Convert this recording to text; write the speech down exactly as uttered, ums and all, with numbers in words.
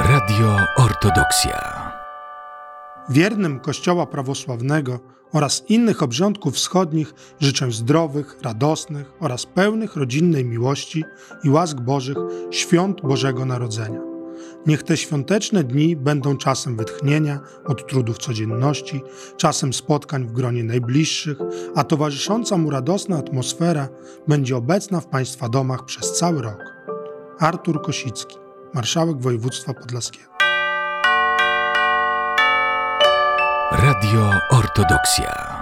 Radio Ortodoksja. Wiernym Kościoła prawosławnego oraz innych obrządków wschodnich życzę zdrowych, radosnych oraz pełnych rodzinnej miłości i łask Bożych świąt Bożego Narodzenia. Niech te świąteczne dni będą czasem wytchnienia od trudów codzienności, czasem spotkań w gronie najbliższych, a towarzysząca mu radosna atmosfera będzie obecna w Państwa domach przez cały rok. Artur Kosicki, marszałek województwa podlaskiego. Radio Ortodoksja.